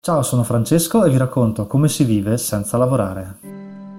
Ciao, sono Francesco e vi racconto come si vive senza lavorare.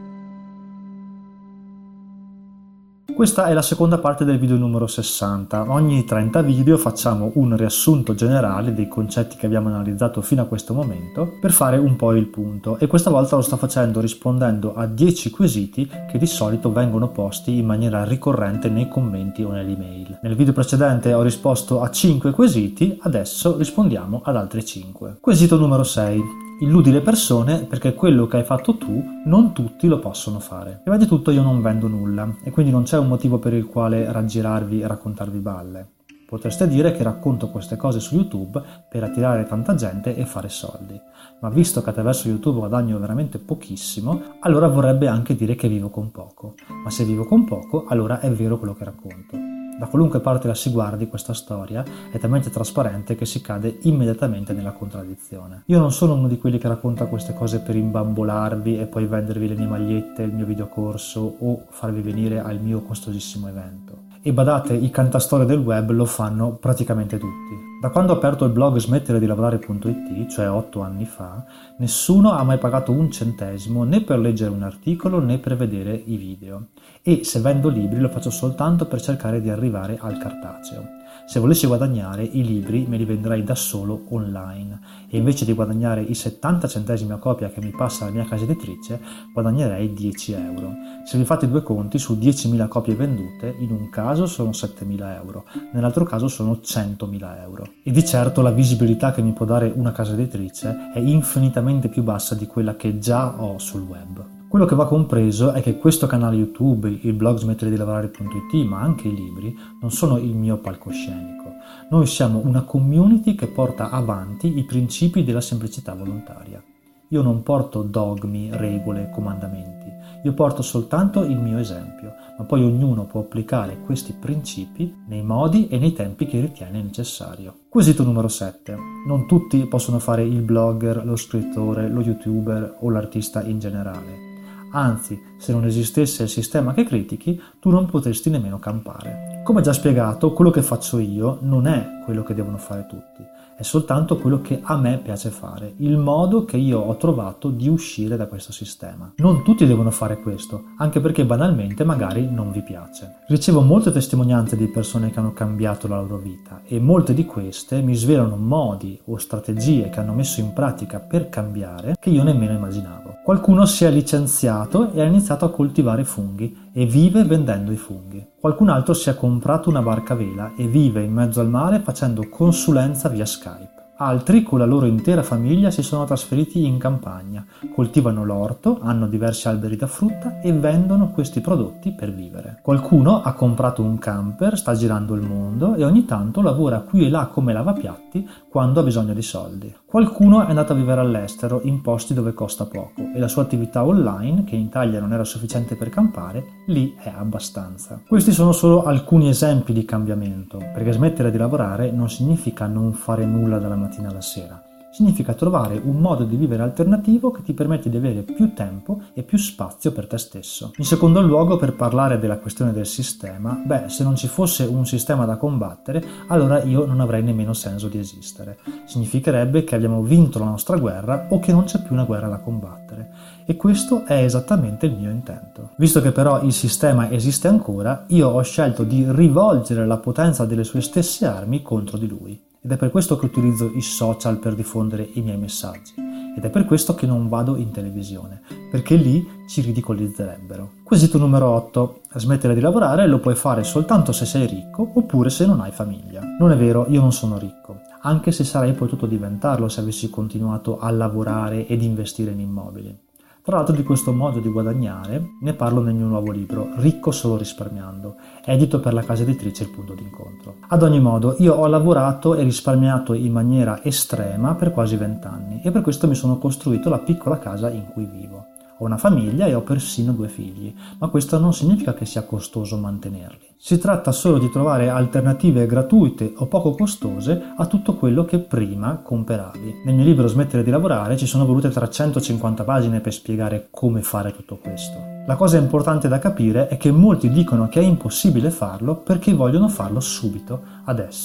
Questa è la seconda parte del video numero 60. Ogni 30 video facciamo un riassunto generale dei concetti che abbiamo analizzato fino a questo momento per fare un po' il punto, e questa volta lo sto facendo rispondendo a 10 quesiti che di solito vengono posti in maniera ricorrente nei commenti o nelle email. Nel video precedente ho risposto a 5 quesiti, adesso rispondiamo ad altri 5. Quesito numero 6. Illudi le persone perché quello che hai fatto tu non tutti lo possono fare. Prima di tutto io non vendo nulla e quindi non c'è un motivo per il quale raggirarvi e raccontarvi balle. Potreste dire che racconto queste cose su YouTube per attirare tanta gente e fare soldi, ma visto che attraverso YouTube guadagno veramente pochissimo, allora vorrebbe anche dire che vivo con poco. Ma se vivo con poco, allora è vero quello che racconto. Da qualunque parte la si guardi, questa storia è talmente trasparente che si cade immediatamente nella contraddizione. Io non sono uno di quelli che racconta queste cose per imbambolarvi e poi vendervi le mie magliette, il mio videocorso o farvi venire al mio costosissimo evento. E badate, i cantastorie del web lo fanno praticamente tutti. Da quando ho aperto il blog smetteredilavorare.it, cioè 8 anni fa, nessuno ha mai pagato un centesimo né per leggere un articolo né per vedere i video. E se vendo libri lo faccio soltanto per cercare di arrivare al cartaceo. Se volessi guadagnare, i libri me li venderei da solo online e invece di guadagnare i 70 centesimi a copia che mi passa la mia casa editrice, guadagnerei 10 euro. Se vi fate due conti, su 10.000 copie vendute, in un caso sono 7.000 euro, nell'altro caso sono 100.000 euro. E di certo la visibilità che mi può dare una casa editrice è infinitamente più bassa di quella che già ho sul web. Quello che va compreso è che questo canale YouTube, il blog smetteredilavorare.it, ma anche i libri, non sono il mio palcoscenico. Noi siamo una community che porta avanti i principi della semplicità volontaria. Io non porto dogmi, regole, comandamenti. Io porto soltanto il mio esempio, ma poi ognuno può applicare questi principi nei modi e nei tempi che ritiene necessario. Quesito numero 7. Non tutti possono fare il blogger, lo scrittore, lo youtuber o l'artista in generale. Anzi, se non esistesse il sistema che critichi, tu non potresti nemmeno campare. Come già spiegato, quello che faccio io non è quello che devono fare tutti, è soltanto quello che a me piace fare, il modo che io ho trovato di uscire da questo sistema. Non tutti devono fare questo, anche perché banalmente magari non vi piace. Ricevo molte testimonianze di persone che hanno cambiato la loro vita e molte di queste mi svelano modi o strategie che hanno messo in pratica per cambiare che io nemmeno immaginavo. Qualcuno si è licenziato e ha iniziato a coltivare funghi e vive vendendo i funghi. Qualcun altro si è comprato una barca a vela e vive in mezzo al mare facendo consulenza via Skype. Altri con la loro intera famiglia si sono trasferiti in campagna, coltivano l'orto, hanno diversi alberi da frutta e vendono questi prodotti per vivere. Qualcuno ha comprato un camper, sta girando il mondo e ogni tanto lavora qui e là come lavapiatti quando ha bisogno di soldi. Qualcuno è andato a vivere all'estero in posti dove costa poco e la sua attività online, che in Italia non era sufficiente per campare, lì è abbastanza. Questi sono solo alcuni esempi di cambiamento, perché smettere di lavorare non significa non fare nulla dalla mattina alla sera. Significa trovare un modo di vivere alternativo che ti permette di avere più tempo e più spazio per te stesso. In secondo luogo, per parlare della questione del sistema, se non ci fosse un sistema da combattere, allora io non avrei nemmeno senso di esistere. Significherebbe che abbiamo vinto la nostra guerra o che non c'è più una guerra da combattere. E questo è esattamente il mio intento. Visto che però il sistema esiste ancora, io ho scelto di rivolgere la potenza delle sue stesse armi contro di lui. Ed è per questo che utilizzo i social per diffondere i miei messaggi. Ed è per questo che non vado in televisione, perché lì ci ridicolizzerebbero. Quesito numero 8. Smettere di lavorare lo puoi fare soltanto se sei ricco oppure se non hai famiglia. Non è vero, io non sono ricco, anche se sarei potuto diventarlo se avessi continuato a lavorare ed investire in immobili. Tra l'altro di questo modo di guadagnare ne parlo nel mio nuovo libro, Ricco solo risparmiando, edito per la casa editrice Il Punto d'Incontro. Ad ogni modo, io ho lavorato e risparmiato in maniera estrema per quasi 20 anni e per questo mi sono costruito la piccola casa in cui vivo. Ho una famiglia e ho persino 2 figli, ma questo non significa che sia costoso mantenerli. Si tratta solo di trovare alternative gratuite o poco costose a tutto quello che prima comperavi. Nel mio libro Smettere di lavorare ci sono volute 350 pagine per spiegare come fare tutto questo. La cosa importante da capire è che molti dicono che è impossibile farlo perché vogliono farlo subito, adesso.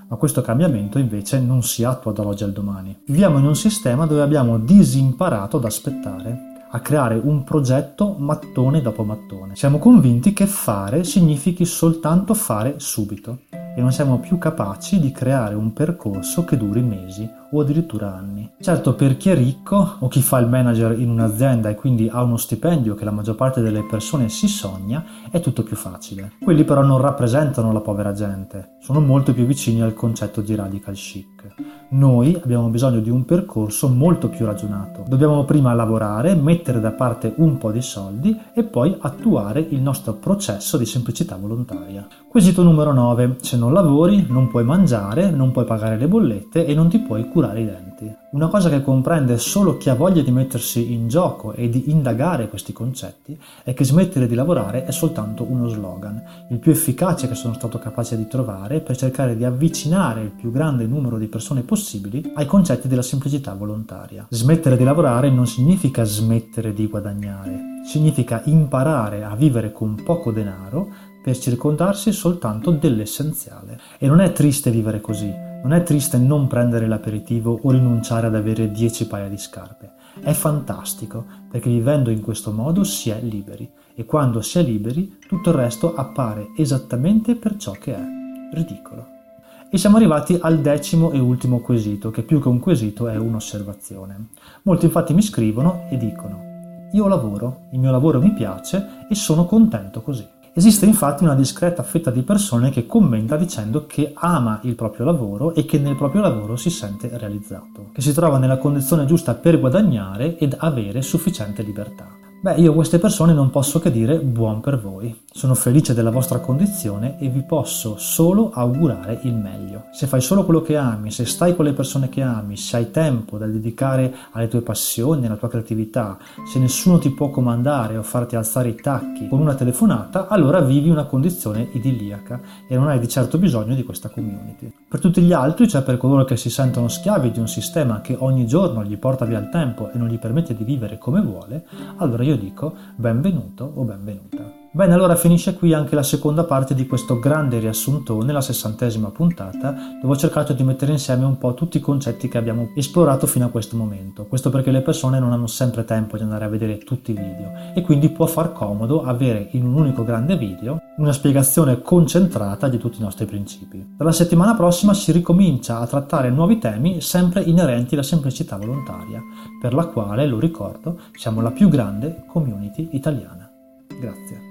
Ma questo cambiamento invece non si attua dall'oggi al domani. Viviamo in un sistema dove abbiamo disimparato ad aspettare, a creare un progetto mattone dopo mattone. Siamo convinti che fare significhi soltanto fare subito e non siamo più capaci di creare un percorso che duri mesi o addirittura anni. Certo, per chi è ricco o chi fa il manager in un'azienda e quindi ha uno stipendio che la maggior parte delle persone si sogna, è tutto più facile. Quelli però non rappresentano la povera gente, sono molto più vicini al concetto di radical chic. Noi abbiamo bisogno di un percorso molto più ragionato. Dobbiamo prima lavorare, mettere da parte un po' di soldi e poi attuare il nostro processo di semplicità volontaria. Quesito numero 9. Se non lavori, non puoi mangiare, non puoi pagare le bollette e non ti puoi curare i denti. Una cosa che comprende solo chi ha voglia di mettersi in gioco e di indagare questi concetti è che smettere di lavorare è soltanto uno slogan, il più efficace che sono stato capace di trovare per cercare di avvicinare il più grande numero di persone possibili ai concetti della semplicità volontaria. Smettere di lavorare non significa smettere di guadagnare, significa imparare a vivere con poco denaro per circondarsi soltanto dell'essenziale. E non è triste vivere così, non è triste non prendere l'aperitivo o rinunciare ad avere 10 paia di scarpe. È fantastico, perché vivendo in questo modo si è liberi, e quando si è liberi tutto il resto appare esattamente per ciò che è, ridicolo. E siamo arrivati al 10° e ultimo quesito, che più che un quesito è un'osservazione. Molti infatti mi scrivono e dicono: io lavoro, il mio lavoro mi piace e sono contento così. Esiste infatti una discreta fetta di persone che commenta dicendo che ama il proprio lavoro e che nel proprio lavoro si sente realizzato, che si trova nella condizione giusta per guadagnare ed avere sufficiente libertà. Beh, io a queste persone non posso che dire buon per voi. Sono felice della vostra condizione e vi posso solo augurare il meglio. Se fai solo quello che ami, se stai con le persone che ami, se hai tempo da dedicare alle tue passioni, alla tua creatività, se nessuno ti può comandare o farti alzare i tacchi con una telefonata, allora vivi una condizione idilliaca e non hai di certo bisogno di questa community. Per tutti gli altri, cioè per coloro che si sentono schiavi di un sistema che ogni giorno gli porta via il tempo e non gli permette di vivere come vuole, allora io dico benvenuto o benvenuta. Bene, allora finisce qui anche la seconda parte di questo grande riassuntone, la 60ª puntata, dove ho cercato di mettere insieme un po' tutti i concetti che abbiamo esplorato fino a questo momento. Questo perché le persone non hanno sempre tempo di andare a vedere tutti i video e quindi può far comodo avere in un unico grande video una spiegazione concentrata di tutti i nostri principi. Dalla settimana prossima si ricomincia a trattare nuovi temi sempre inerenti alla semplicità volontaria, per la quale, lo ricordo, siamo la più grande community italiana. Grazie.